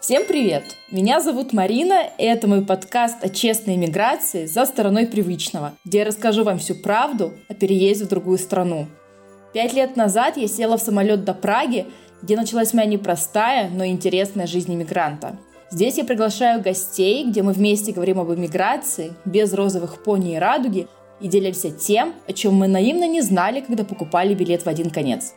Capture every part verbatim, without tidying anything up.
Всем привет! Меня зовут Марина, и это мой подкаст о честной миграции за стороной привычного, где я расскажу вам всю правду о переезде в другую страну. Пять лет назад я села в самолет до Праги, где началась моя непростая, но интересная жизнь иммигранта. Здесь я приглашаю гостей, где мы вместе говорим об иммиграции, без розовых пони и радуги, и делимся тем, о чем мы наивно не знали, когда покупали билет в один конец.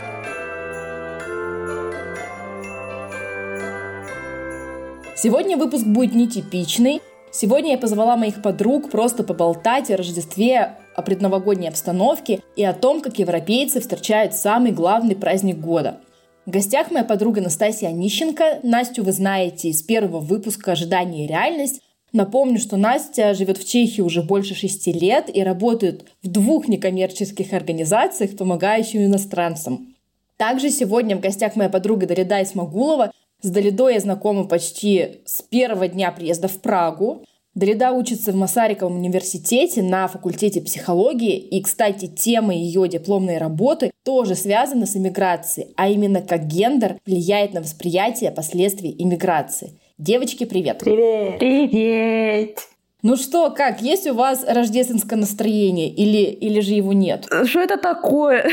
Сегодня выпуск будет нетипичный. Сегодня я позвала моих подруг просто поболтать о Рождестве, о предновогодней обстановке и о том, как европейцы встречают самый главный праздник года. В гостях моя подруга Настасья Онищенко. Настю вы знаете из первого выпуска «Ожидание и реальность». Напомню, что Настя живет в Чехии уже больше шести лет и работает в двух некоммерческих организациях, помогающих иностранцам. Также сегодня в гостях моя подруга Далида Исмагулова. С Далидой я знакома почти с первого дня приезда в Прагу. Далида учится в Масариковом университете на факультете психологии. И, кстати, тема ее дипломной работы тоже связана с иммиграцией, а именно как гендер влияет на восприятие последствий иммиграции. Девочки, привет! Привет! Привет! Ну что, как, есть у вас рождественское настроение или, или же его нет? Что это такое?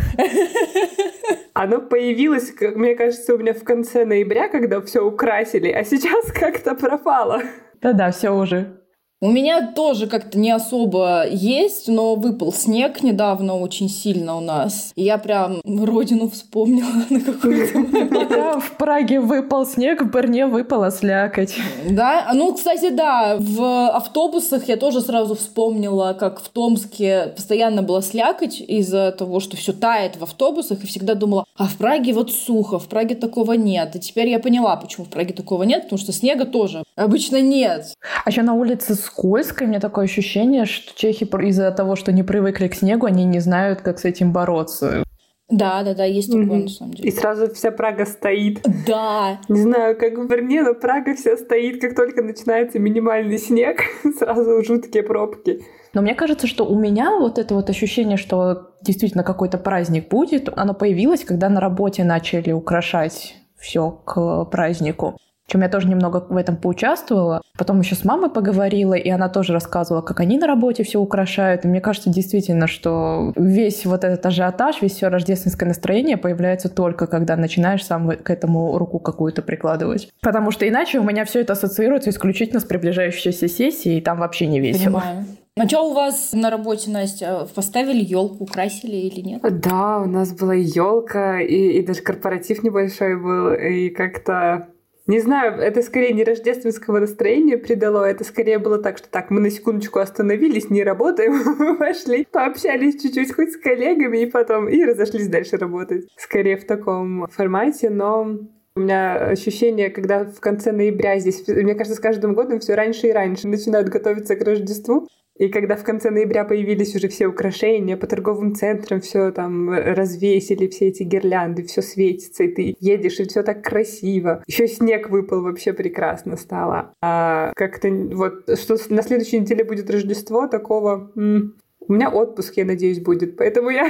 Оно появилось, мне кажется, у меня в конце ноября, когда все украсили, а сейчас как-то пропало. Да-да, все уже. У меня тоже как-то не особо есть, но выпал снег недавно очень сильно у нас. И я прям родину вспомнила на какой-то момент. Пока в Праге выпал снег, в Брне выпала слякоть. Да? Ну, кстати, да, в автобусах я тоже сразу вспомнила, как в Томске постоянно была слякоть из-за того, что все тает в автобусах, и всегда думала, а в Праге вот сухо, в Праге такого нет. И теперь я поняла, почему в Праге такого нет, потому что снега тоже обычно нет. А еще на улице скользко, и у меня такое ощущение, что чехи из-за того, что не привыкли к снегу, они не знают, как с этим бороться. Да, да, да, есть такое, mm-hmm. на самом деле. И сразу вся Прага стоит. Да. Не знаю, как в Брне, но Прага вся стоит, как только начинается минимальный снег, сразу жуткие пробки. Но мне кажется, что у меня вот это вот ощущение, что действительно какой-то праздник будет, оно появилось, когда на работе начали украшать все к празднику. Чем я тоже немного в этом поучаствовала. Потом еще с мамой поговорила, и она тоже рассказывала, как они на работе все украшают. И мне кажется действительно, что весь вот этот ажиотаж, весь все рождественское настроение появляется только, когда начинаешь сам к этому руку какую-то прикладывать. Потому что иначе у меня все это ассоциируется исключительно с приближающейся сессией, и там вообще не весело. Понимаю. А что у вас на работе, Настя, поставили елку, украсили или нет? Да, у нас была елка, и, и даже корпоратив небольшой был, и как-то... Не знаю, это скорее не рождественского настроения придало, это скорее было так, что так, мы на секундочку остановились, не работаем, пошли, пообщались чуть-чуть хоть с коллегами, и потом и разошлись дальше работать. Скорее в таком формате, но у меня ощущение, когда в конце ноября здесь, мне кажется, с каждым годом все раньше и раньше начинают готовиться к Рождеству. И когда в конце ноября появились уже все украшения по торговым центрам, все там развесили, все эти гирлянды, все светится, и ты едешь, и все так красиво. Еще снег выпал, вообще прекрасно стало. А как-то вот, что на следующей неделе будет Рождество, такого... М- у меня отпуск, я надеюсь, будет, поэтому я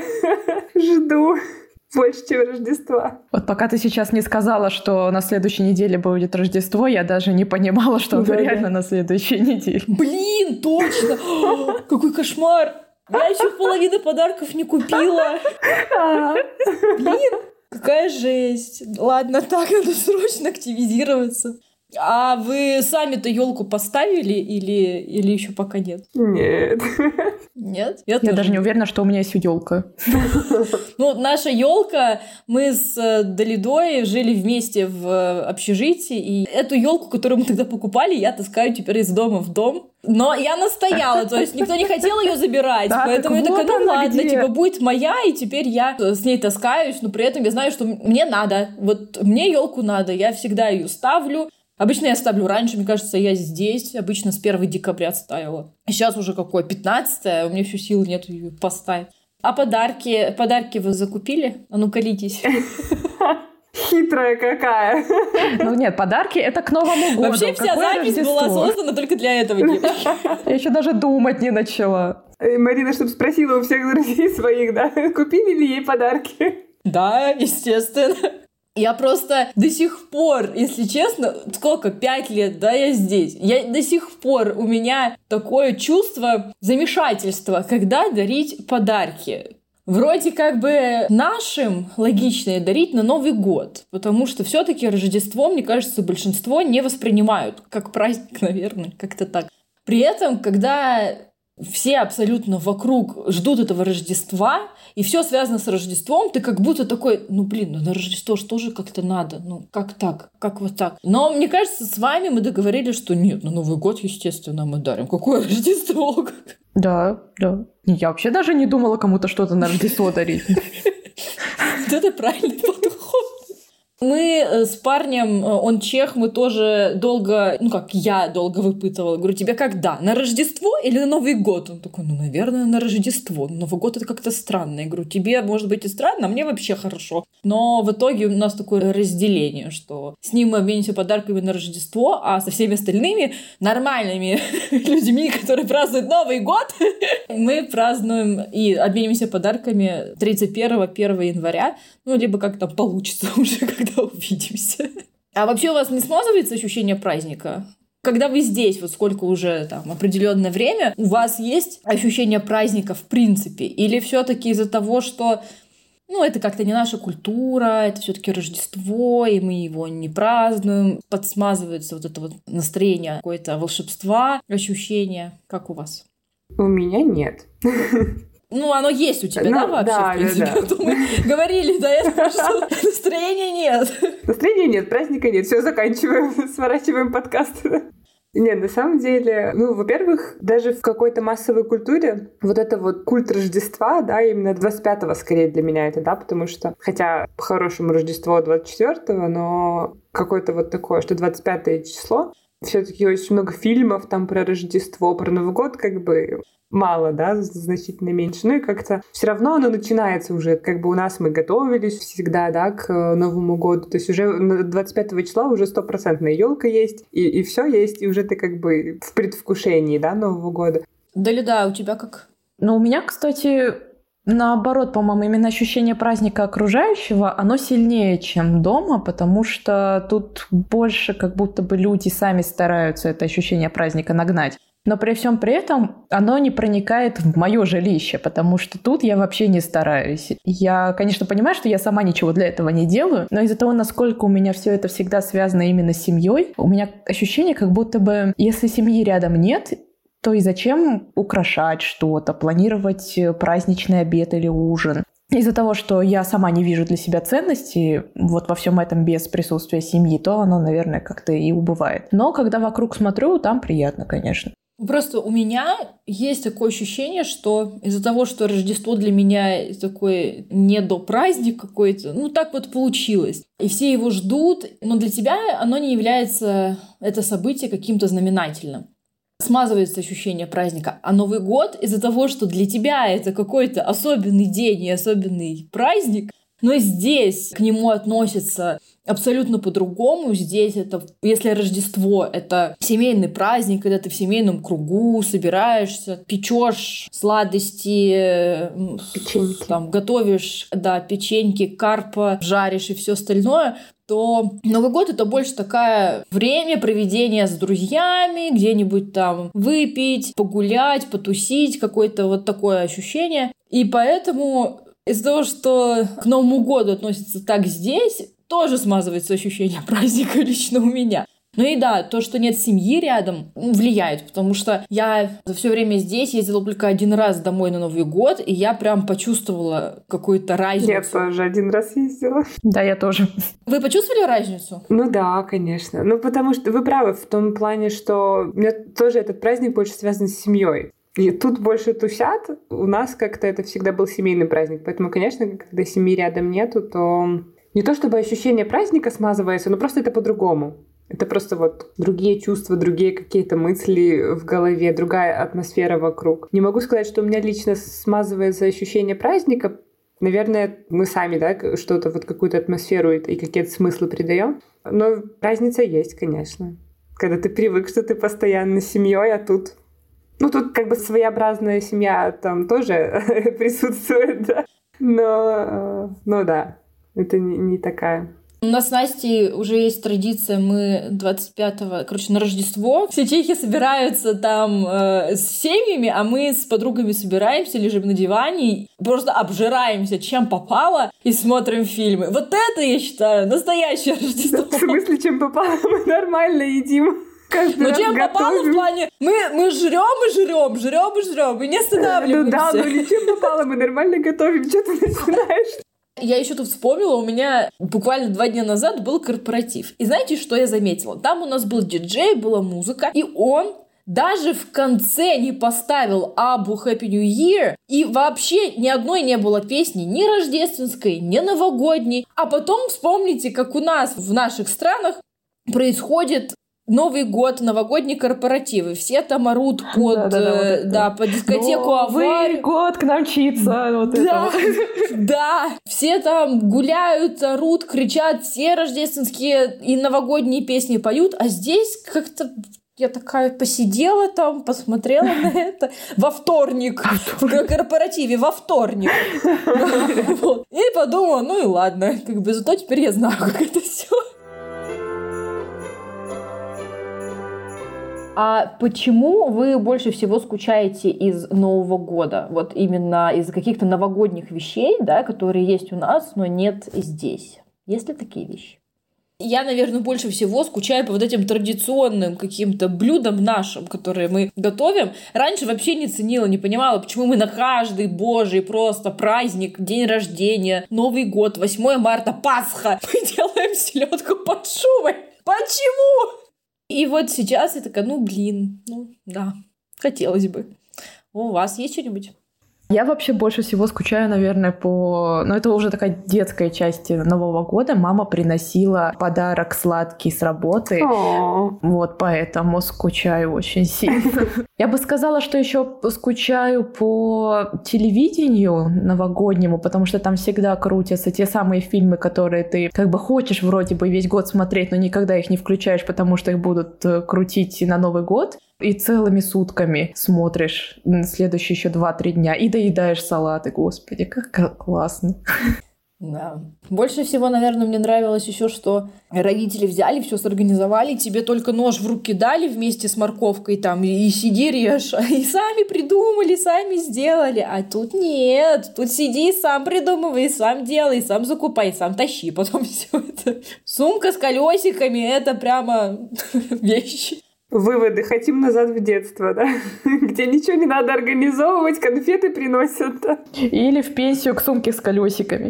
жду... Больше, чем Рождество. Вот пока ты сейчас не сказала, что на следующей неделе будет Рождество, я даже не понимала, что оно реально на следующей неделе. Блин, точно! Какой кошмар! Я еще половину подарков не купила. Блин, какая жесть. Ладно, так, надо срочно активизироваться. А вы сами-то елку поставили или, или еще пока нет? Нет. Нет? Я, я даже не уверена, что у меня есть елка. Ну, наша елка, мы с Далидой жили вместе в общежитии, и эту елку, которую мы тогда покупали, я таскаю теперь из дома в дом. Но я настояла, то есть никто не хотел ее забирать, да, поэтому я такая, ну ладно, где? Типа будет моя, и теперь я с ней таскаюсь, но при этом я знаю, что мне надо, вот мне елку надо, я всегда ее ставлю. Обычно я ставлю раньше, мне кажется, я здесь. Обычно с первого декабря ставила. Сейчас уже какое? пятнадцатое, у меня всю силы нет ее поставить. А подарки? Подарки вы закупили? А ну, колитесь. Хитрая какая. Ну нет, подарки — это к Новому году. Вообще вся запись была создана только для этого, девочки. Я еще даже думать не начала. Марина, чтобы спросила у всех друзей своих, да, купили ли ей подарки? Да, естественно. Я просто до сих пор, если честно, сколько, пять лет, да, я здесь. Я до сих пор, у меня такое чувство замешательства, когда дарить подарки. Вроде как бы нашим логичнее дарить на Новый год, потому что все-таки Рождество, мне кажется, большинство не воспринимают как праздник, наверное, как-то так. При этом, когда все абсолютно вокруг ждут этого Рождества, и все связано с Рождеством, ты как будто такой, ну блин, ну на Рождество же тоже как-то надо, ну как так, как вот так. Но мне кажется, с вами мы договорились, что нет, на Новый год, естественно, мы дарим. Какое Рождество? Да, да. Я вообще даже не думала кому-то что-то на Рождество дарить. Это правильный подход. Мы с парнем, он чех, мы тоже долго, ну как я долго выпытывала. Говорю, тебе когда? На Рождество или на Новый год? Он такой, ну, наверное, на Рождество. Новый год — это как-то странно. Я говорю, тебе, может быть, и странно, а мне вообще хорошо. Но в итоге у нас такое разделение, что с ним мы обменимся подарками на Рождество, а со всеми остальными нормальными людьми, которые празднуют Новый год, мы празднуем и обменимся подарками тридцать первого первого января. Ну, либо как там получится уже, когда увидимся. А вообще у вас не смазывается ощущение праздника? Когда вы здесь, вот сколько уже там определенное время, у вас есть ощущение праздника в принципе? Или все-таки из-за того, что ну, это как-то не наша культура, это все-таки Рождество, и мы его не празднуем, подсмазывается вот это вот настроение, какое-то волшебства, ощущение? Как у вас? У меня нет. Ну, оно есть у тебя, ну, да, вообще, да, в принципе? Да, да. Мы говорили до этого, что настроения нет. Настроения нет, праздника нет. Все, заканчиваем, сворачиваем подкаст. Нет, на самом деле, ну, во-первых, даже в какой-то массовой культуре вот это вот культ Рождества, да, именно двадцать пятого скорее для меня это, да, потому что, хотя по-хорошему Рождество двадцать четвёртого, но какое-то вот такое, что двадцать пятое число, все-таки очень много фильмов там про Рождество, про Новый год, как бы мало, да, значительно меньше. Ну и как-то все равно оно начинается уже, как бы у нас мы готовились всегда, да, к Новому году. То есть уже двадцать пятого числа уже стопроцентная елка есть, и, и все есть, и уже ты как бы в предвкушении, да, Нового года. Да, Люда, у тебя как? Ну, у меня, кстати, наоборот, по-моему, именно ощущение праздника окружающего, оно сильнее, чем дома, потому что тут больше как будто бы люди сами стараются это ощущение праздника нагнать. Но при всем при этом оно не проникает в мое жилище, потому что тут я вообще не стараюсь. Я, конечно, понимаю, что я сама ничего для этого не делаю, но из-за того, насколько у меня все это всегда связано именно с семьей, у меня ощущение, как будто бы, если семьи рядом нет, то и зачем украшать что-то, планировать праздничный обед или ужин. Из-за того, что я сама не вижу для себя ценности вот во всем этом без присутствия семьи, то оно, наверное, как-то и убывает. Но когда вокруг смотрю, там приятно, конечно. Просто у меня есть такое ощущение, что из-за того, что Рождество для меня такой недопраздник какой-то, ну так вот получилось. И все его ждут, но для тебя оно не является, это событие, каким-то знаменательным. Смазывается ощущение праздника. А Новый год из-за того, что для тебя это какой-то особенный день и особенный праздник, но здесь к нему относятся абсолютно по-другому. Здесь это, если Рождество — это семейный праздник, когда ты в семейном кругу собираешься, печешь сладости, печеньки. Там, готовишь, да, печеньки, карпа, жаришь и все остальное, то Новый год — это больше такое время проведения с друзьями, где-нибудь там выпить, погулять, потусить, какое-то вот такое ощущение. И поэтому из-за того, что к Новому году относится так здесь, тоже смазывается ощущение праздника лично у меня. Ну и да, то, что нет семьи рядом, влияет, потому что я за все время здесь ездила только один раз домой на Новый год, и я прям почувствовала какую-то разницу. Я тоже один раз ездила. Да, я тоже. Вы почувствовали разницу? Ну да, конечно. Ну потому что вы правы в том плане, что у меня тоже этот праздник больше связан с семьей. И тут больше тусят. У нас как-то это всегда был семейный праздник. Поэтому, конечно, когда семьи рядом нету, то не то чтобы ощущение праздника смазывается, но просто это по-другому. Это просто вот другие чувства, другие какие-то мысли в голове, другая атмосфера вокруг. Не могу сказать, что у меня лично смазывается ощущение праздника. Наверное, мы сами, да, что-то, вот какую-то атмосферу и какие-то смыслы придаем. Но разница есть, конечно. Когда ты привык, что ты постоянно с семьей, а тут... Ну, тут как бы своеобразная семья там тоже присутствует, да. Но, ну да, это не, не такая У нас с Настей уже есть традиция, мы двадцать пятого, короче, на Рождество все чехи собираются там э, с семьями, а мы с подругами собираемся, лежим на диване, просто обжираемся, чем попало, и смотрим фильмы. Вот это, я считаю, настоящее Рождество. В смысле, чем попало? Мы нормально едим. Ну, чем попало в плане, мы, мы жрем и жрем, жрем и жрем, и не останавливаемся. Ну да, ну чем попало, мы нормально готовим, что ты начинаешь? Я еще тут вспомнила, у меня буквально два дня назад был корпоратив. И знаете, что я заметила? Там у нас был диджей, была музыка, и он даже в конце не поставил Аббу Happy New Year, и вообще ни одной не было песни ни рождественской, ни новогодней. А потом вспомните, как у нас в наших странах происходит Новый год, новогодние корпоративы. Все там орут под, да, да, да, вот это. Да, под дискотеку Новый аварию. год к нам мчится. Вот да, это. Да, все там гуляют, орут, кричат, все рождественские и новогодние песни поют. А здесь как-то я такая посидела там, посмотрела на это во вторник, в корпоративе во вторник. И подумала, ну и ладно, как бы зато теперь я знаю, как это все. А почему вы больше всего скучаете из Нового года? Вот именно из каких-то новогодних вещей, да, которые есть у нас, но нет здесь. Есть ли такие вещи? Я, наверное, больше всего скучаю по вот этим традиционным каким-то блюдам нашим, которые мы готовим. Раньше вообще не ценила, не понимала, почему мы на каждый божий просто праздник, день рождения, Новый год, восьмое марта, Пасха мы делаем селедку под шубой. Почему? И вот сейчас я такая, ну, блин, ну, да, хотелось бы. У вас есть что-нибудь? Я вообще больше всего скучаю, наверное, по... Ну, это уже такая детская часть Нового года. Мама приносила подарок сладкий с работы. О-о-о. Вот поэтому скучаю очень сильно. Я бы сказала, что еще скучаю по телевидению новогоднему, потому что там всегда крутятся те самые фильмы, которые ты как бы хочешь вроде бы весь год смотреть, но никогда их не включаешь, потому что их будут крутить на Новый год. И целыми сутками смотришь следующие еще два-три дня и доедаешь салаты. Господи, как классно. Да. Больше всего, наверное, мне нравилось еще, что родители взяли, все сорганизовали, тебе только нож в руки дали вместе с морковкой там, и, и сиди режь. И сами придумали, сами сделали. А тут нет. Тут сиди, сам придумывай, сам делай, сам закупай, сам тащи. Потом все это. Сумка с колесиками — это прямо вещи. Выводы. Хотим назад в детство, да? Где ничего не надо организовывать, конфеты приносят. Да? Или в пенсию к сумке с колесиками.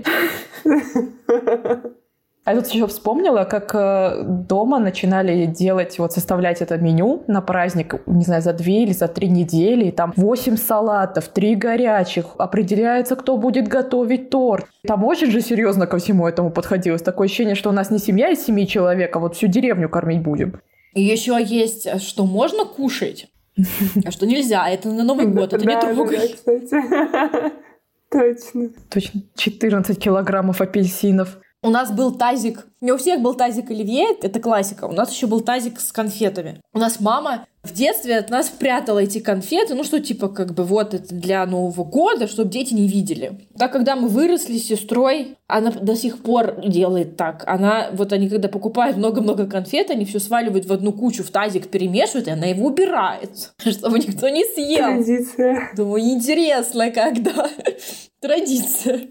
А я тут еще вспомнила, как дома начинали делать, вот составлять это меню на праздник, не знаю, за две или за три недели. И там восемь салатов, три горячих. Определяется, кто будет готовить торт. Там очень же серьезно ко всему этому подходилось. Такое ощущение, что у нас не семья из семи человек, а вот всю деревню кормить будем. И еще есть, что можно кушать, а что нельзя. Это на Новый год, это не трогай. Да, кстати. Точно. Точно. четырнадцать килограммов апельсинов. У нас был тазик, не у всех был тазик оливье, это классика. У нас еще был тазик с конфетами. У нас мама в детстве от нас прятала эти конфеты, ну что типа как бы вот это для Нового года, чтобы дети не видели. Так когда мы выросли с сестрой, она до сих пор делает так. Она, вот они когда покупают много-много конфет, они все сваливают в одну кучу, в тазик перемешивают, и она его убирает, чтобы никто не съел. Традиция. Думаю, интересно, когда. Традиция.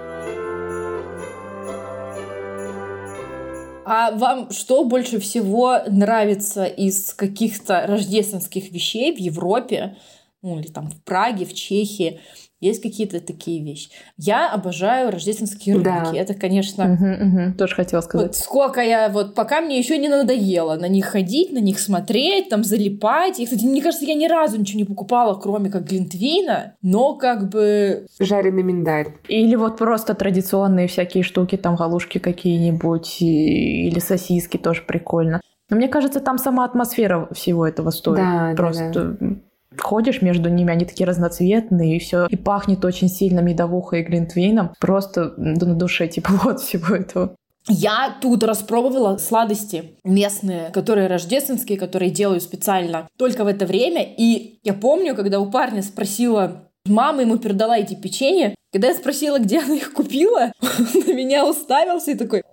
А вам что больше всего нравится из каких-то рождественских вещей в Европе, ну или там в Праге, в Чехии? Есть какие-то такие вещи. Я обожаю рождественские рынки. Да. Это, конечно... Угу, угу. Тоже хотела сказать. Вот сколько я... Вот пока мне еще не надоело на них ходить, на них смотреть, там залипать. И, кстати, мне кажется, я ни разу ничего не покупала, кроме как глинтвейна, но как бы... Жареный миндаль. Или вот просто традиционные всякие штуки, там галушки какие-нибудь, или сосиски тоже прикольно. Но мне кажется, там сама атмосфера всего этого стоит. Да, просто... Да, да. Ходишь между ними, они такие разноцветные, и все, и пахнет очень сильно медовухой и глинтвейном. Просто на душе, типа, вот всего этого. Я тут распробовала сладости местные, которые рождественские, которые делаю специально только в это время. И я помню, когда у парня спросила, мама ему передала эти печенья, когда я спросила, где она их купила, он на меня уставился и такой: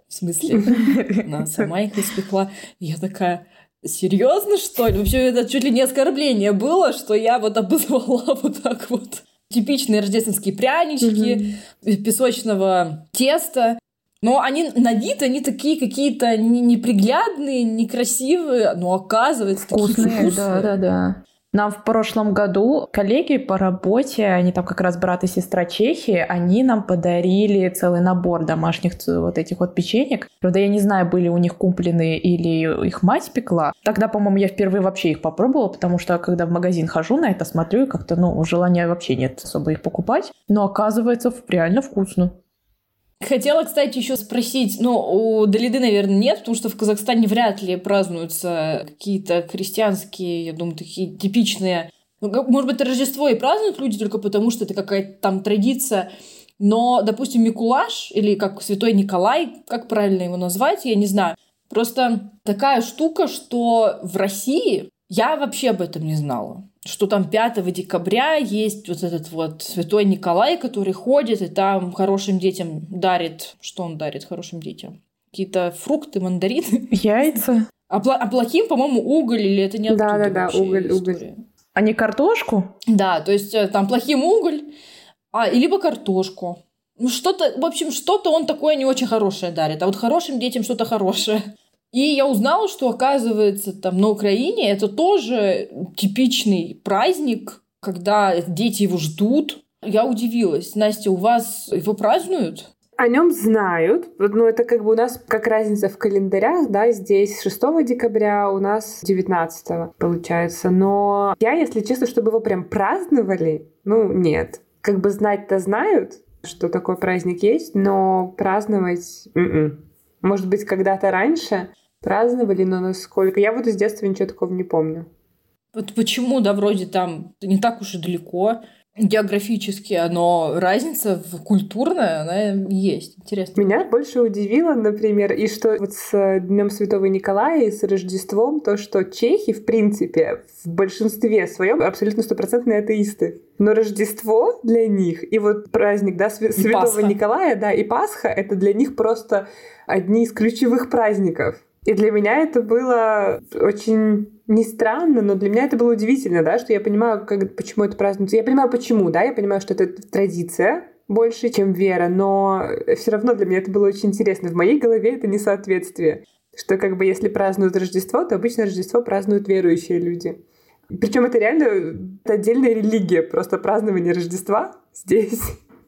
В смысле? Она сама их испекла. Я такая... Серьезно, что ли? Вообще, это чуть ли не оскорбление было, что я вот обозвала вот так вот. Типичные рождественские прянички, mm-hmm. песочного теста. Но они на вид, они такие какие-то неприглядные, некрасивые, но оказывается, вкусные. Такие вкусные. Да, да, да. Нам в прошлом году коллеги по работе, они там как раз брат и сестра чехи, они нам подарили целый набор домашних вот этих вот печенек. Правда, я не знаю, были у них куплены или их мать пекла. Тогда, по-моему, я впервые вообще их попробовала, потому что когда в магазин хожу на это, смотрю, и как-то, ну, желания вообще нет особо их покупать. Но оказывается, реально вкусно. Хотела, кстати, еще спросить, ну, у Далиды, наверное, нет, потому что в Казахстане вряд ли празднуются какие-то христианские, я думаю, такие типичные... Ну, может быть, Рождество и празднуют люди только потому, что это какая-то там традиция, но, допустим, Микулаш или как Святой Николай, как правильно его назвать, я не знаю. Просто такая штука, что в России я вообще об этом не знала. Что там пятого декабря есть вот этот вот Святой Николай, который ходит и там хорошим детям дарит... Что он дарит хорошим детям? Какие-то фрукты, мандарины? Яйца. А, пла- а плохим, по-моему, уголь или это не оттуда? Да-да-да, уголь, уголь. А не картошку? Да, то есть там плохим уголь, а, либо картошку. Ну, что-то, в общем, что-то он такое не очень хорошее дарит, а вот хорошим детям что-то хорошее. И я узнала, что, оказывается, там на Украине это тоже типичный праздник, когда дети его ждут. Я удивилась. Настя, у вас его празднуют? О нем знают, но это как бы у нас как разница в календарях, да, здесь шестого декабря, у нас девятнадцатого получается. Но я, если честно, чтобы его прям праздновали, ну, нет. Как бы знать-то знают, что такой праздник есть, но праздновать... м-м. Может быть, когда-то раньше праздновали, но насколько... Я вот из детства ничего такого не помню. Вот почему, да, вроде там не так уж и далеко географически, но разница культурная, она есть. Интересно. Меня больше удивило, например, и что вот с Днем Святого Николая и с Рождеством, то, что чехи, в принципе, в большинстве своем абсолютно стопроцентные атеисты. Но Рождество для них, и вот праздник, да, Св- Святого Пасха. Николая, да, и Пасха, это для них просто одни из ключевых праздников. И для меня это было очень не странно, но для меня это было удивительно, да, что я понимаю, как, почему это празднуется. Я понимаю, почему, да, я понимаю, что это традиция больше, чем вера, но все равно для меня это было очень интересно. В моей голове это несоответствие, что как бы если празднуют Рождество, то обычно Рождество празднуют верующие люди. Причем это реально это отдельная религия, просто празднование Рождества здесь.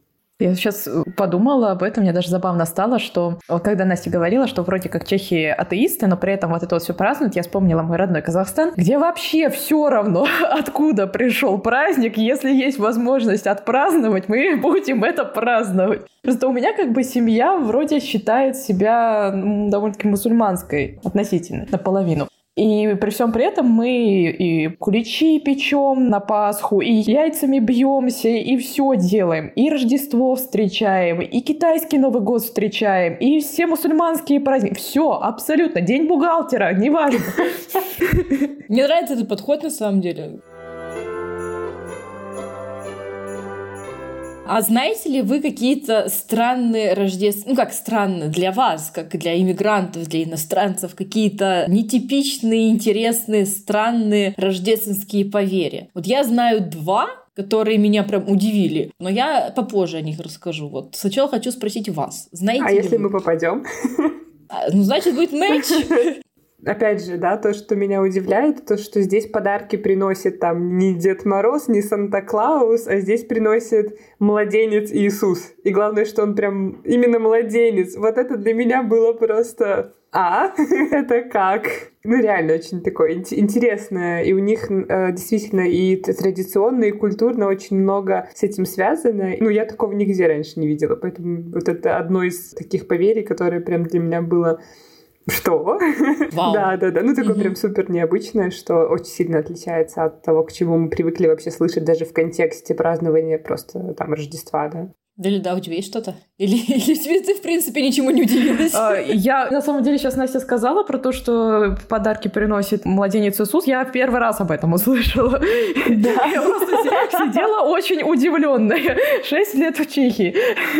Я сейчас подумала об этом, мне даже забавно стало, что когда Настя говорила, что вроде как чехи атеисты, но при этом вот это вот все празднуют, я вспомнила мой родной Казахстан, где вообще все равно, откуда пришел праздник, если есть возможность отпраздновать, мы будем это праздновать. Просто у меня как бы семья вроде считает себя ну, довольно-таки мусульманской относительно, наполовину. И при всем при этом мы и куличи печем на Пасху, и яйцами бьемся, и все делаем. И Рождество встречаем, и китайский Новый год встречаем, и все мусульманские праздники. Все, абсолютно. День бухгалтера, неважно. Мне нравится этот подход на самом деле. А знаете ли вы какие-то странные рождественские, ну как странные для вас, как для иммигрантов, для иностранцев, какие-то нетипичные, интересные, странные рождественские поверья? Вот я знаю два, которые меня прям удивили, но я попозже о них расскажу. Вот сначала хочу спросить вас. Знаете а ли если вы? мы попадем? А, ну, значит, будет матч. Опять же, да, то, что меня удивляет, то, что здесь подарки приносит там не Дед Мороз, не Санта-Клаус, а здесь приносит младенец Иисус. И главное, что он прям именно младенец. Вот это для меня было просто... А? Это как? Ну, реально очень такое интересное. И у них э, действительно и традиционно, и культурно очень много с этим связано. Ну, я такого нигде раньше не видела. Поэтому вот это одно из таких поверий, которое прям для меня было... Что? Вау. Да, да, да. Ну, такое Угу. прям супер необычное, что очень сильно отличается от того, к чему мы привыкли вообще слышать даже в контексте празднования просто там Рождества, да. Далида, у тебя есть что-то? Или, или тебе ты, в принципе, ничему не удивилась? Я, на самом деле, сейчас Настя сказала про то, что подарки приносит младенец Иисус. Я в первый раз об этом услышала. Да. Я просто сидела очень удивленная. Шесть лет в Чехии.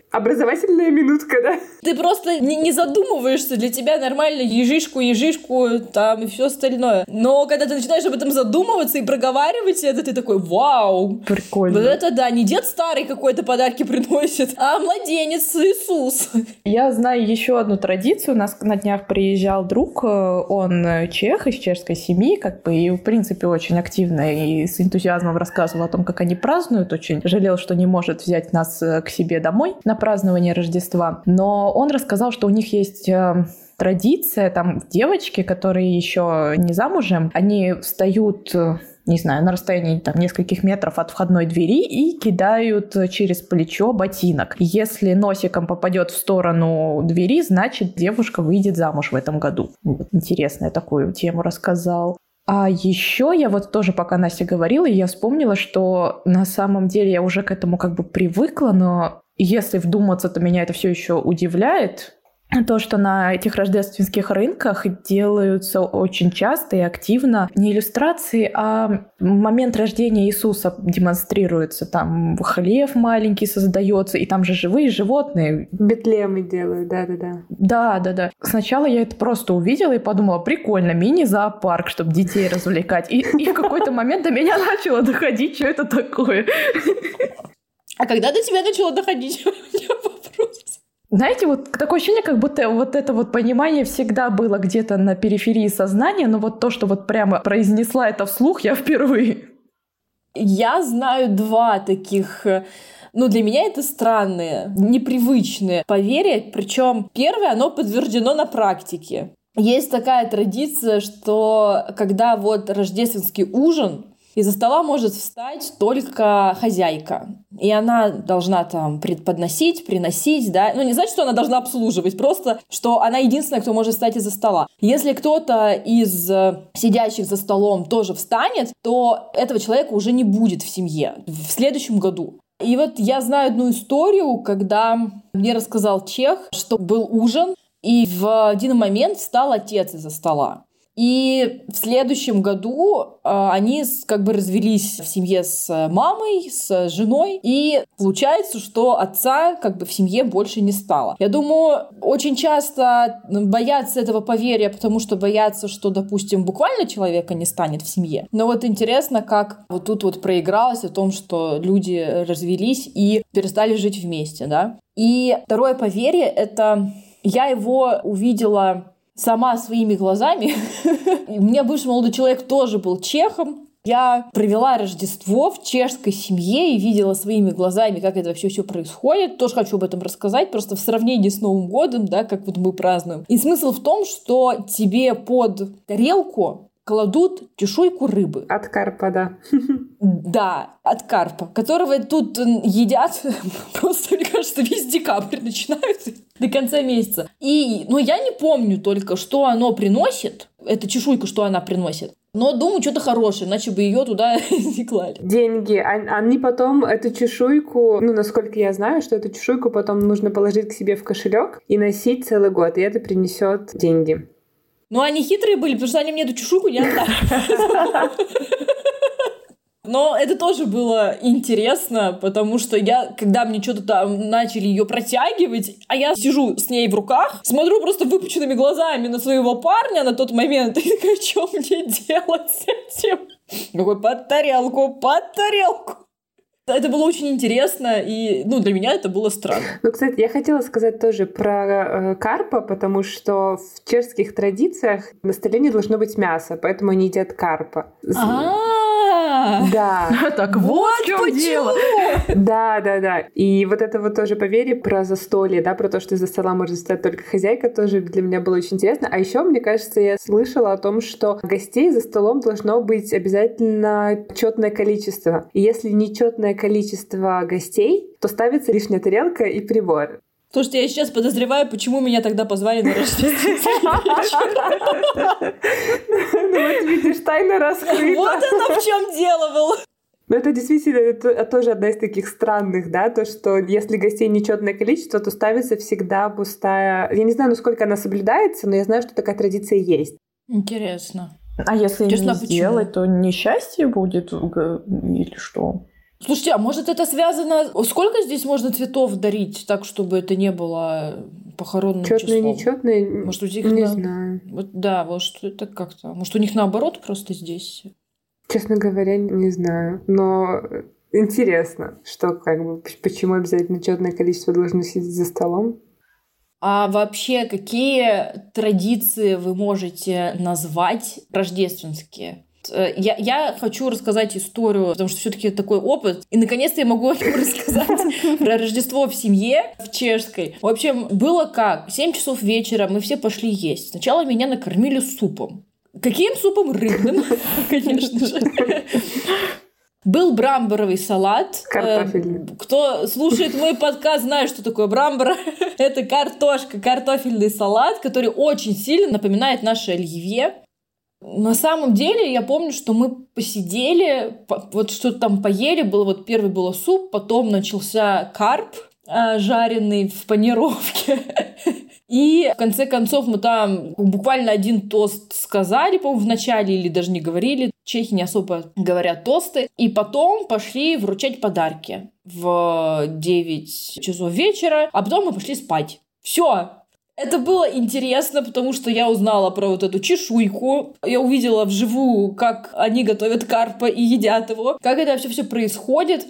Образовательная минутка, да? Ты просто не, не задумываешься, для тебя нормально ежишку, ежишку, там и все остальное. Но когда ты начинаешь об этом задумываться и проговаривать это, ты такой, вау! Прикольно. Вот это да, не дед старый какой-то подарки приносит, а младенец Иисус. Я знаю еще одну традицию. У нас на днях приезжал друг, он чех, из чешской семьи, как бы, и в принципе очень активно и с энтузиазмом рассказывал о том, как они празднуют. Очень жалел, что не может взять нас к себе домой на празднование Рождества. Но он рассказал, что у них есть традиция, там девочки, которые еще не замужем, они встают, не знаю, на расстоянии там, нескольких метров от входной двери и кидают через плечо ботинок. Если носиком попадет в сторону двери, значит, девушка выйдет замуж в этом году. Вот, интересно, я такую тему рассказал. А еще я вот тоже, пока Настя говорила, я вспомнила, что на самом деле я уже к этому как бы привыкла, но если вдуматься, то меня это все еще удивляет. То, что на этих рождественских рынках делаются очень часто и активно не иллюстрации, а момент рождения Иисуса демонстрируется. Там хлев маленький создается, и там же живые животные. Бетлемы делают, да-да-да. Да-да-да. Сначала я это просто увидела и подумала, прикольно, мини-зоопарк, чтобы детей развлекать. И, и в какой-то момент до меня начало доходить, что это такое. А когда до тебя начало доходить? У меня вопрос. Знаете, вот такое ощущение, как будто вот это вот понимание всегда было где-то на периферии сознания, но вот то, что вот прямо произнесла это вслух, я впервые. Я знаю два таких, ну, для меня это странные, непривычные поверья, причем первое, оно подтверждено на практике. Есть такая традиция, что когда вот рождественский ужин, из-за стола может встать только хозяйка. И она должна там преподносить, приносить, да. Ну, не значит, что она должна обслуживать, просто, что она единственная, кто может встать из-за стола. Если кто-то из сидящих за столом тоже встанет, то этого человека уже не будет в семье в следующем году. И вот я знаю одну историю, когда мне рассказал чех, что был ужин, и в один момент встал отец из-за стола. И в следующем году э, они как бы развелись в семье с мамой, с женой, и получается, что отца как бы в семье больше не стало. Я думаю, очень часто боятся этого поверья, потому что боятся, что, допустим, буквально человека не станет в семье. Но вот интересно, как вот тут вот проигралось о том, что люди развелись и перестали жить вместе, да. И второе поверье — это я его увидела сама своими глазами. У меня бывший молодой человек тоже был чехом. Я провела Рождество в чешской семье и видела своими глазами, как это вообще все происходит. Тоже хочу об этом рассказать, просто в сравнении с Новым годом, да, как вот мы празднуем. И смысл в том, что тебе под тарелку кладут чешуйку рыбы. От карпа, да. Да, от карпа, которого тут едят просто, мне кажется, весь декабрь начинают до конца месяца. И, ну, я не помню только, что оно приносит, эта чешуйка, что она приносит. Но думаю, что-то хорошее, иначе бы ее туда не клали. Деньги. Они потом эту чешуйку, ну, насколько я знаю, что эту чешуйку потом нужно положить к себе в кошелек и носить целый год, и это принесет деньги. Ну, они хитрые были, потому что они мне эту чешуйку не отдали. Но это тоже было интересно, потому что я, когда мне что-то там начали ее протягивать, а я сижу с ней в руках, смотрю просто выпученными глазами на своего парня на тот момент, и такая, что мне делать с этим? Такой, под тарелку, под тарелку. Это было очень интересно, и, ну, для меня это было странно. Ну, кстати, я хотела сказать тоже про э, карпа, потому что в чешских традициях на столе не должно быть мяса, поэтому они едят карпа. А-а-а! Да. Так вот в чем дело. Да, да, да. И вот это вот тоже поверье про застолье, да, про то, что из-за стола может встать только хозяйка, тоже для меня было очень интересно. А еще, мне кажется, я слышала о том, что гостей за столом должно быть обязательно четное количество. И если нечетное количество гостей, то ставится лишняя тарелка и прибор. Слушайте, я сейчас подозреваю, почему меня тогда позвали на рождественский вечер. Ну вот видишь, тайна раскрыта. Вот оно в чем дело было. Но это действительно это тоже одна из таких странных, да, то, что если гостей нечетное количество, то ставится всегда пустая... Я не знаю, насколько она соблюдается, но я знаю, что такая традиция есть. Интересно. А если Честно, не сделать, то несчастье будет или что? Слушайте, а может это связано... Сколько здесь можно цветов дарить так, чтобы это не было похоронным Чётные, числом? нечетные, может, у них не на... знаю. Вот, да, может, это как-то... Может, у них наоборот просто здесь... Честно говоря, не знаю. Но интересно, что как бы... Почему обязательно четное количество должно сидеть за столом? А вообще, какие традиции вы можете назвать рождественские? Я, я хочу рассказать историю, потому что все-таки такой опыт. И наконец-то я могу рассказать про Рождество в семье в чешской. В общем, было как? В семь часов вечера мы все пошли есть. Сначала меня накормили супом. Каким супом? Рыбным, конечно же. Был брамборовый салат. Картофельный. Кто слушает мой подкаст, знает, что такое брамбора. Это картошка, картофельный салат, который очень сильно напоминает наше оливье. На самом деле, я помню, что мы посидели, вот что-то там поели, было вот первый был суп, потом начался карп, жареный в панировке. И в конце концов мы там буквально один тост сказали, по-моему, в начале или даже не говорили. Чехи не особо говорят тосты. И потом пошли вручать подарки в девять часов вечера, а потом мы пошли спать. Все. Это было интересно, потому что я узнала про вот эту чешуйку. Я увидела вживую, как они готовят карпа и едят его, как это все все происходит.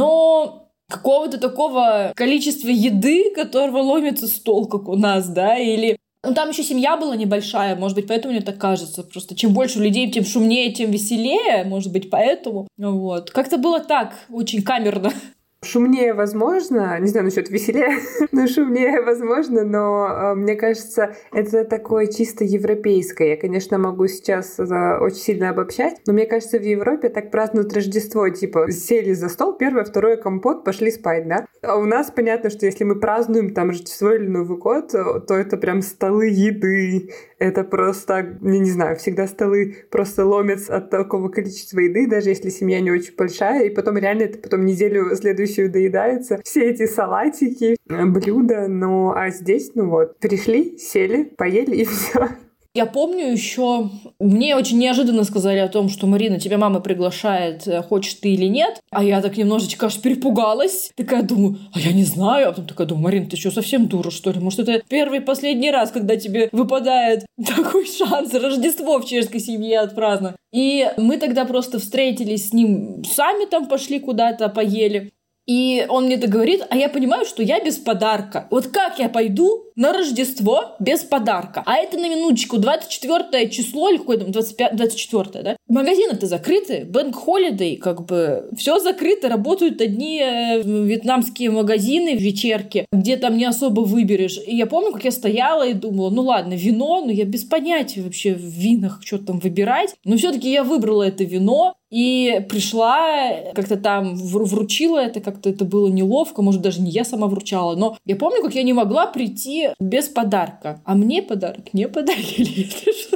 Но какого-то такого количества еды, которого ломится стол, как у нас, да, или... Ну, там еще семья была небольшая, может быть, поэтому мне так кажется. Просто чем больше людей, тем шумнее, тем веселее, может быть, поэтому. Вот. Как-то было так, очень камерно. Шумнее, возможно, не знаю насчет веселее, но шумнее, возможно, но э, мне кажется, это такое чисто европейское. Я, конечно, могу сейчас э, очень сильно обобщать, но мне кажется, в Европе так празднуют Рождество, типа, сели за стол, первое, второе, компот, пошли спать, да? А у нас понятно, что если мы празднуем там Рождество или Новый год, то, то это прям столы еды, это просто, я не знаю, всегда столы просто ломятся от такого количества еды, даже если семья не очень большая, и потом реально это потом неделю следующую доедаются все эти салатики, блюда, ну а здесь, ну вот, пришли, сели, поели и все. Я помню еще, мне очень неожиданно сказали о том, что Марина, тебя мама приглашает, хочешь ты или нет. А я так немножечко аж перепугалась. Такая думаю, а я не знаю. А потом такая думаю, Марина, ты что, совсем дура, что ли? Может, это первый и последний раз, когда тебе выпадает такой шанс Рождество в чешской семье отпраздновать. И мы тогда просто встретились с ним, сами там пошли куда-то, поели. И он мне это говорит, а я понимаю, что я без подарка. Вот как я пойду на Рождество без подарка? А это на минуточку двадцать четвёртое число, или какое там, двадцать пятое, двадцать четвёртое, да? Магазины-то закрыты, Bank Holiday, как бы, все закрыто, работают одни э, вьетнамские магазины, вечерки, где там не особо выберешь. И я помню, как я стояла и думала, ну ладно, вино, но я без понятия вообще в винах что-то там выбирать. Но все-таки я выбрала это вино, и пришла, как-то там вручила это, как-то это было неловко, может, даже не я сама вручала, но я помню, как я не могла прийти без подарка. А мне подарок не подарили.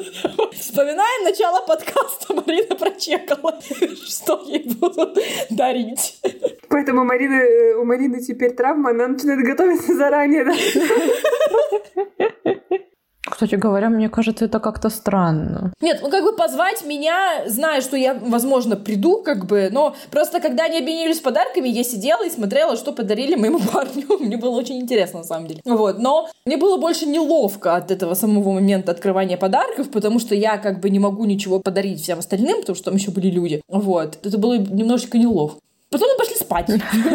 Вспоминаем начало подкаста, Марина прочекала, что ей будут дарить. Поэтому Марина, у Марины теперь травма, она начинает готовиться заранее, да? Кстати говоря, мне кажется, это как-то странно. Нет, ну как бы позвать меня, зная, что я, возможно, приду, как бы, но просто когда они обменялись подарками, я сидела и смотрела, что подарили моему парню. Мне было очень интересно, на самом деле. Вот, но мне было больше неловко от этого самого момента открывания подарков, потому что я как бы не могу ничего подарить всем остальным, потому что там еще были люди. Вот, это было немножечко неловко. Потом мы пошли спать.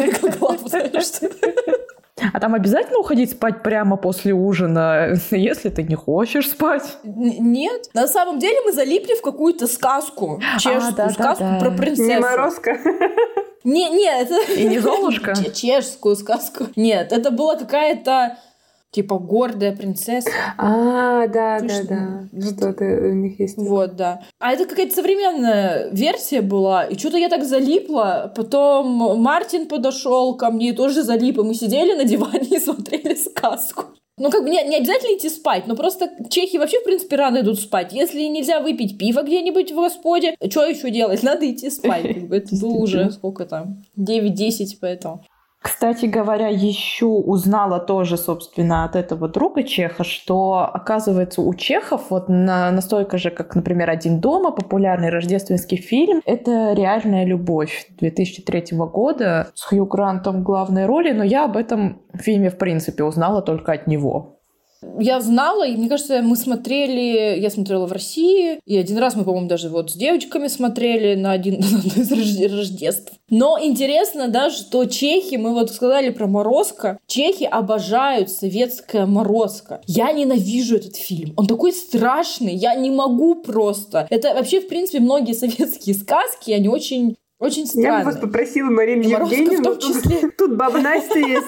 А там обязательно уходить спать прямо после ужина, если ты не хочешь спать? Нет. На самом деле мы залипли в какую-то сказку. Чешскую а, да, сказку да, да. про принцессу. Не Морозко. Не, нет. И не Золушка? Чешскую сказку. Нет, это была какая-то типа гордая принцесса. А, да, да, да. Что-то у них есть. Вот, да. А это какая-то современная версия была. И что-то я так залипла. Потом Мартин подошел ко мне и тоже залип. И мы сидели на диване и смотрели сказку. Ну, как бы не, не обязательно идти спать, но просто чехи вообще, в принципе, рано идут спать. Если нельзя выпить пиво где-нибудь в господе, что еще делать? Надо идти спать. Как бы это было уже сколько там? девять-десять, поэтому... Кстати говоря, еще узнала тоже, собственно, от этого друга чеха, что, оказывается, у чехов вот на, настолько же, как, например, «Один дома», популярный рождественский фильм, это «Реальная любовь» две тысячи третьего года с Хью Грантом в главной роли, но я об этом фильме, в принципе, узнала только от него. Я знала, и мне кажется, мы смотрели, я смотрела в России, и один раз мы, по-моему, даже вот с девочками смотрели на один на одно из Рождеств. Но интересно, да, что чехи, мы вот сказали про морозко, чехи обожают советское морозко. Я ненавижу этот фильм, он такой страшный, я не могу просто. Это вообще, в принципе, многие советские сказки, они очень... Очень странно. Я бы вас попросила, Марину Евгеньевну, тут, тут баба Настя есть.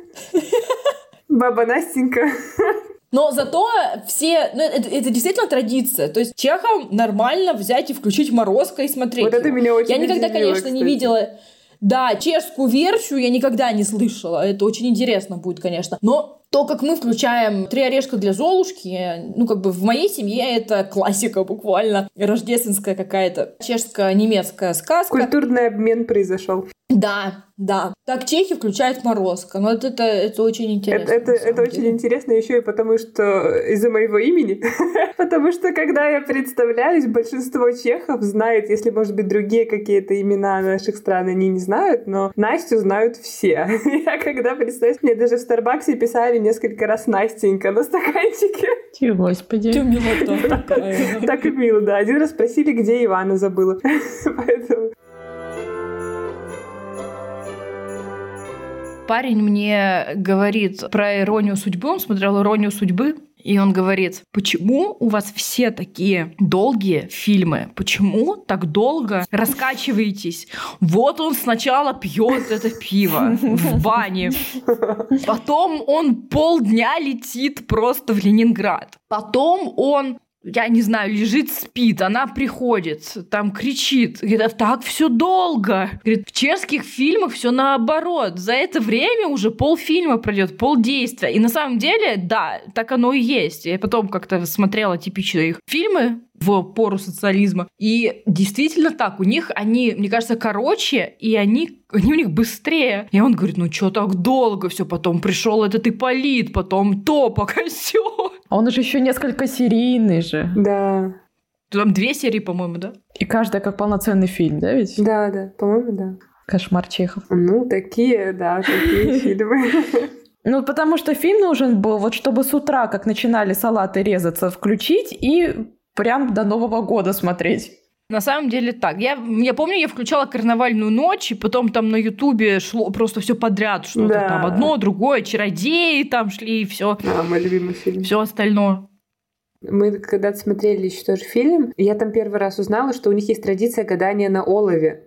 Баба Настенька. Но зато все... Ну, это, это действительно традиция. То есть чехам нормально взять и включить морозко и смотреть. Вот это его. меня очень Я никогда, удивило, конечно, кстати. не видела... Да, чешскую версию я никогда не слышала. Это очень интересно будет, конечно. Но то, как мы включаем «Три орешка для Золушки», ну, как бы в моей семье это классика буквально. Рождественская какая-то чешско-немецкая сказка. Культурный обмен произошел. Да, да. Так чехи включают морозко. Но это, это, это очень интересно. Это, это, это очень интересно еще и потому, что из-за моего имени. Потому что, когда я представляюсь, большинство чехов знает, если, может быть, другие какие-то имена наших стран они не знают, но Настю знают все. Я когда представляюсь, мне даже в Старбаксе писали несколько раз Настенька на стаканчике. Ти, господи. Ты милота такая. Так и мило, да. Один раз спросили, где Ивана забыла. Поэтому... Парень мне говорит про иронию судьбы, он смотрел «Иронию судьбы», и он говорит, почему у вас все такие долгие фильмы? Почему так долго раскачиваетесь? Вот он сначала пьет это пиво в бане, потом он полдня летит просто в Ленинград, потом он... Я не знаю, лежит, спит, она приходит, там кричит. Говорит, так все долго. Говорит, в чешских фильмах все наоборот. За это время уже полфильма пройдет, полдействия. И на самом деле, да, так оно и есть. Я потом как-то смотрела типичные их фильмы в пору социализма. И действительно так. У них они, мне кажется, короче, и они, они у них быстрее. И он говорит, ну что так долго все? Потом пришел этот Ипполит, потом то, пока все. А он же еще несколько серийный же. Да. Там две серии, по-моему, да? И каждая как полноценный фильм, да ведь? Да, да, по-моему, да. Кошмар чехов. Ну, такие, да, такие фильмы. Ну, потому что фильм нужен был, вот чтобы с утра, как начинали салаты резаться, включить и прям до Нового года смотреть. На самом деле так. Я, я помню, я включала «Карнавальную ночь», и потом там на Ютубе шло просто все подряд, что-то Да. там одно, другое, «Чародеи» там шли, и все. А, мой любимый фильм. Все остальное. Мы когда-то смотрели еще тоже фильм, и я там первый раз узнала, что у них есть традиция гадания на олове.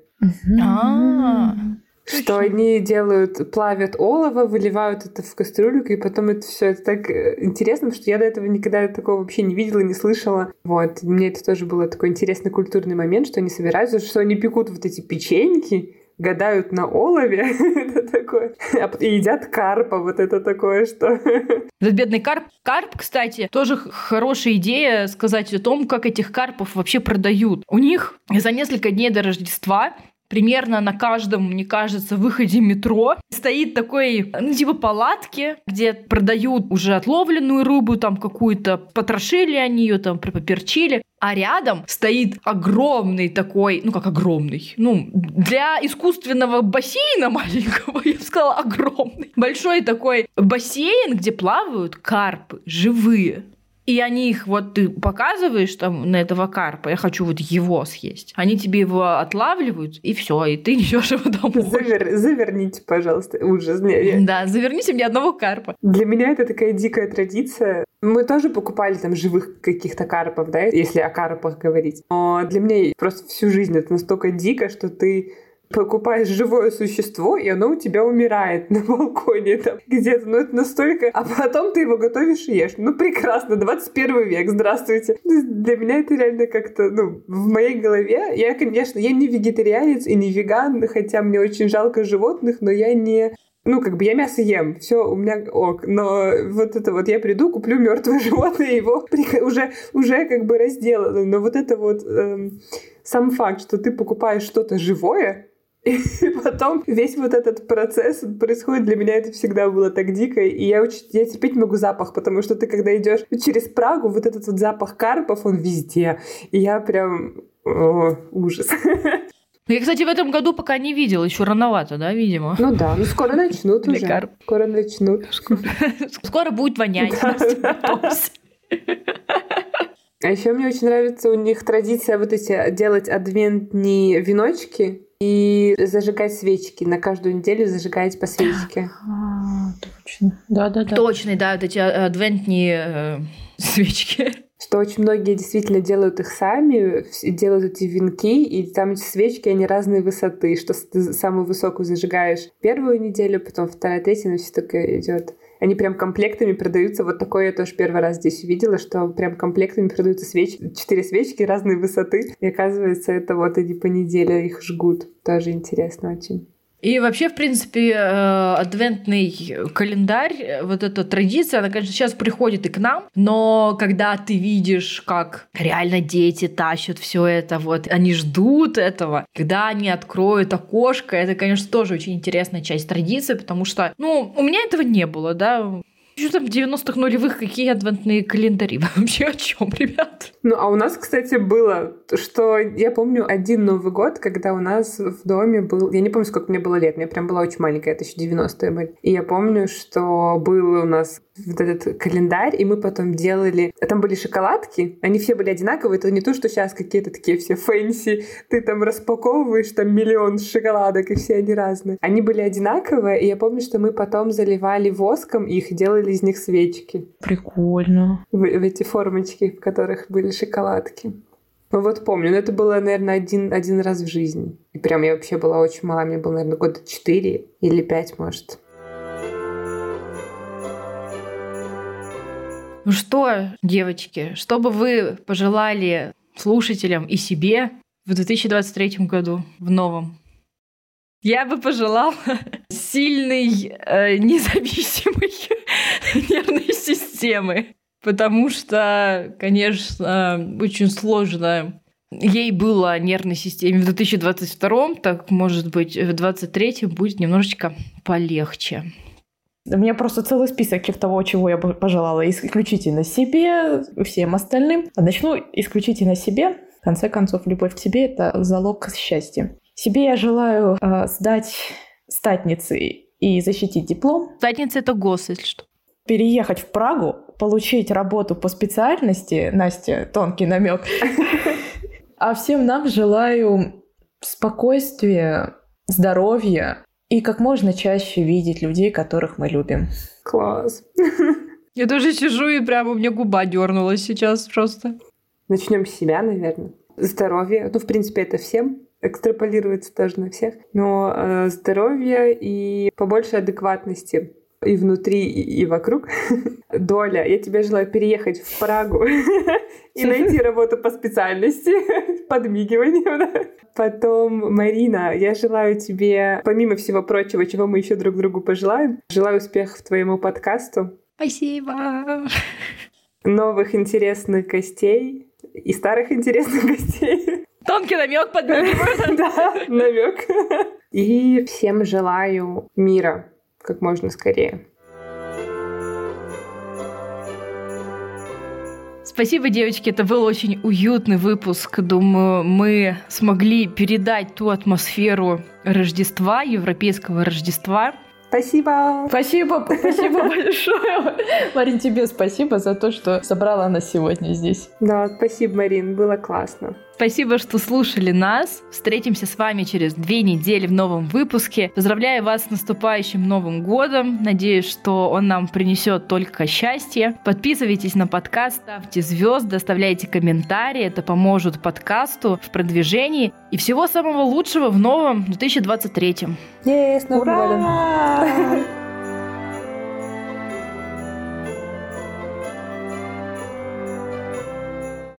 А, Что они делают, плавят олово, выливают это в кастрюлю, и потом это все это так интересно, потому что я до этого никогда такого вообще не видела, не слышала. Вот. И мне это тоже было такой интересный культурный момент, что они собираются, что они пекут вот эти печеньки, гадают на олове, это такое, и едят карпа, вот это такое, что... Этот бедный карп. Карп, кстати, тоже х- хорошая идея сказать о том, как этих карпов вообще продают. У них за несколько дней до Рождества примерно на каждом, мне кажется, выходе метро стоит такой, ну, типа палатки, где продают уже отловленную рыбу, там какую-то, потрошили они ее, там поперчили. А рядом стоит огромный такой, ну как огромный, ну для искусственного бассейна маленького, я бы сказала, огромный. Большой такой бассейн, где плавают карпы живые. И они их вот, ты показываешь там на этого карпа, я хочу вот его съесть. Они тебе его отлавливают, и все, и ты несешь его домой. Завер... Заверните, пожалуйста. Ужас. Не, я... Да, заверните мне одного карпа. Для меня это такая дикая традиция. Мы тоже покупали там живых каких-то карпов, да, если о карпах говорить. Но для меня просто всю жизнь это настолько дико, что ты покупаешь живое существо, и оно у тебя умирает на балконе там где-то. Ну, это настолько... А потом ты его готовишь и ешь. Ну, прекрасно, двадцать первый век, здравствуйте. Для меня это реально как-то, ну, в моей голове... Я, конечно, я не вегетарианец и не веган, хотя мне очень жалко животных, но я не... Ну, как бы я мясо ем, все у меня ок, но вот это вот я приду, куплю мертвое животное, его уже, уже как бы разделано. Но вот это вот эм, сам факт, что ты покупаешь что-то живое, И потом весь вот этот процесс происходит, для меня это всегда было так дико, и я очень, я терпеть не могу запах, потому что ты, когда идешь через Прагу, вот этот вот запах карпов, он везде, и я прям... О, ужас. Я, кстати, в этом году пока не видела, еще рановато, да, видимо? Ну да, ну скоро начнут уже. Карп. Скоро начнут. Скоро будет вонять. А еще мне очень нравится у них традиция вот эти делать адвентные веночки и зажигать свечки. На каждую неделю зажигать по свечке. А, точно. Да-да-да. Точно, да, вот эти адвентные свечки. Что очень многие действительно делают их сами, делают эти венки, и там эти свечки, они разной высоты, что ты самую высокую зажигаешь первую неделю, потом вторая, третья, но все такое идет. Они прям комплектами продаются. Вот такое я тоже первый раз здесь увидела, что прям комплектами продаются свечки, четыре свечки разной высоты. И оказывается, это вот они по неделе их жгут. Тоже интересно очень. И вообще, в принципе, адвентный календарь, вот эта традиция, она, конечно, сейчас приходит и к нам, но когда ты видишь, как реально дети тащат все это, вот, они ждут этого, когда они откроют окошко, это, конечно, тоже очень интересная часть традиции, потому что, ну, у меня этого не было, да. Что там в девяностых нулевых, какие адвентные календари? Вообще о чем, ребят? Ну, а у нас, кстати, было, что я помню один Новый год, когда у нас в доме был... Я не помню, сколько мне было лет, мне прям была очень маленькая, это еще девяностые были. И я помню, что был у нас вот этот календарь, и мы потом делали... Там были шоколадки, они все были одинаковые, это не то, что сейчас какие-то такие все фэнси, ты там распаковываешь там миллион шоколадок, и все они разные. Они были одинаковые, и я помню, что мы потом заливали воском их, делали из них свечки. Прикольно. В, в эти формочки, в которых были шоколадки. Ну вот помню, но это было, наверное, один, один раз в жизни. И прям я вообще была очень мала, мне было, наверное, года четыре или пять, может. Ну что, девочки, что бы вы пожелали слушателям и себе в две тысячи двадцать третьем году, в новом? Я бы пожелала сильной, э, независимой нервной системы, потому что, конечно, очень сложно ей было нервной системе в две тысячи двадцать втором, так, может быть, в двадцать третьем будет немножечко полегче. У меня просто целый список того, чего я бы пожелала исключительно себе, всем остальным. Начну исключительно себе. В конце концов, любовь к себе — это залог счастья. Себе я желаю э, сдать статницы и защитить диплом. Статница — это гос, если что. Переехать в Прагу, получить работу по специальности. Настя, тонкий намек. А всем нам желаю спокойствия, здоровья и как можно чаще видеть людей, которых мы любим. Класс. Я тоже сижу, и прямо у меня губа дернулась сейчас просто. Начнем с себя, наверное. Здоровье. Ну, в принципе, это всем экстраполируется тоже на всех. Но э, здоровье и побольше адекватности и внутри, и, и вокруг. Доля, я тебе желаю переехать в Прагу и найти работу по специальности. Подмигивание. Потом, Марина, я желаю тебе, помимо всего прочего, чего мы еще друг другу пожелаем, желаю успехов твоему подкасту. Спасибо. Новых интересных гостей и старых интересных гостей. Тонкий намек подмигиваю. Да, намек. И всем желаю мира как можно скорее. Спасибо, девочки, это был очень уютный выпуск. Думаю, мы смогли передать ту атмосферу Рождества, европейского Рождества. Спасибо. Спасибо, спасибо большое. Марин, тебе спасибо за то, что собрала нас сегодня здесь. Да, спасибо, Марин, было классно. Спасибо, что слушали нас. Встретимся с вами через две недели в новом выпуске. Поздравляю вас с наступающим Новым годом. Надеюсь, что он нам принесет только счастье. Подписывайтесь на подкаст, ставьте звезды, оставляйте комментарии. Это поможет подкасту в продвижении. И всего самого лучшего в новом две тысячи двадцать третьем. Есть, Новым годом!